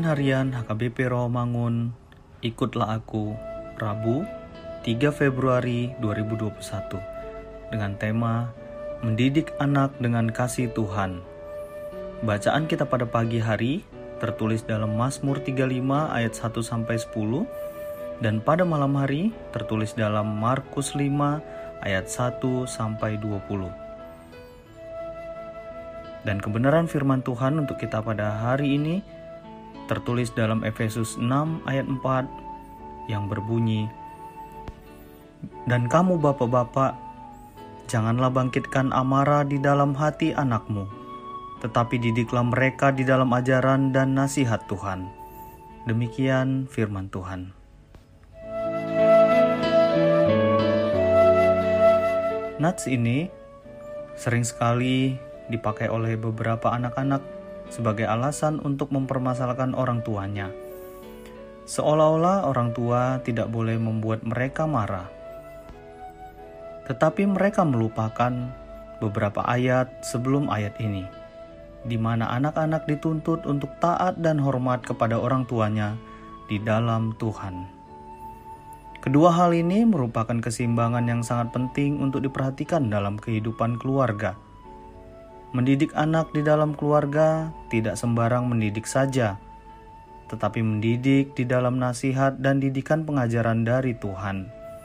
Harian HKBP Rawamangun, Ikutlah Aku, Rabu, 3 Februari 2021, dengan tema Mendidik Anak dengan Kasih Tuhan. Bacaan kita pada pagi hari tertulis dalam Mazmur 35 ayat 1-10, dan pada malam hari tertulis dalam Markus 5 ayat 1-20. Dan kebenaran firman Tuhan untuk kita pada hari ini tertulis dalam Efesus 6 ayat 4 yang berbunyi, "Dan kamu bapak-bapak, janganlah bangkitkan amarah di dalam hati anakmu, tetapi didiklah mereka di dalam ajaran dan nasihat Tuhan." Demikian firman Tuhan. Nats ini sering sekali dipakai oleh beberapa anak-anak sebagai alasan untuk mempermasalahkan orang tuanya. Seolah-olah orang tua tidak boleh membuat mereka marah. Tetapi mereka melupakan beberapa ayat sebelum ayat ini, di mana anak-anak dituntut untuk taat dan hormat kepada orang tuanya di dalam Tuhan. Kedua hal ini merupakan keseimbangan yang sangat penting untuk diperhatikan dalam kehidupan keluarga. Mendidik anak di dalam keluarga tidak sembarang mendidik saja, tetapi mendidik di dalam nasihat dan didikan pengajaran dari Tuhan.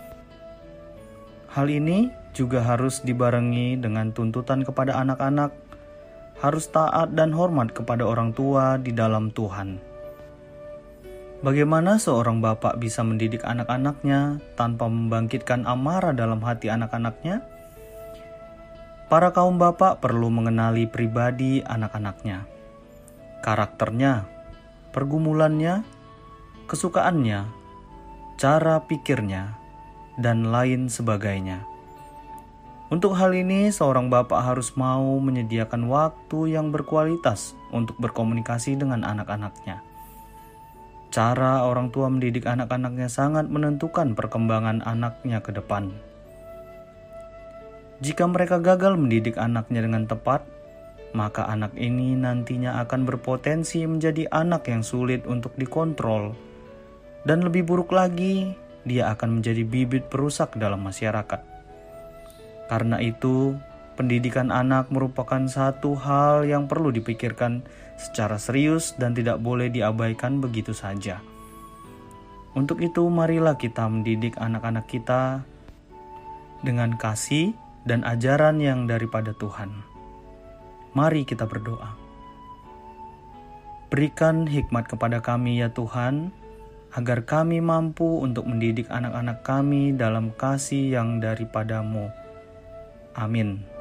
Hal ini juga harus dibarengi dengan tuntutan kepada anak-anak, harus taat dan hormat kepada orang tua di dalam Tuhan. Bagaimana seorang bapak bisa mendidik anak-anaknya tanpa membangkitkan amarah dalam hati anak-anaknya? Para kaum bapak perlu mengenali pribadi anak-anaknya, karakternya, pergumulannya, kesukaannya, cara pikirnya, dan lain sebagainya. Untuk hal ini, seorang bapak harus mau menyediakan waktu yang berkualitas untuk berkomunikasi dengan anak-anaknya. Cara orang tua mendidik anak-anaknya sangat menentukan perkembangan anaknya ke depan. Jika mereka gagal mendidik anaknya dengan tepat, maka anak ini nantinya akan berpotensi menjadi anak yang sulit untuk dikontrol. Dan lebih buruk lagi, dia akan menjadi bibit perusak dalam masyarakat. Karena itu, pendidikan anak merupakan satu hal yang perlu dipikirkan secara serius dan tidak boleh diabaikan begitu saja. Untuk itu, marilah kita mendidik anak-anak kita dengan kasih dan ajaran yang daripada Tuhan. Mari kita berdoa. Berikan hikmat kepada kami ya Tuhan, agar kami mampu untuk mendidik anak-anak kami dalam kasih yang daripada-Mu. Amin.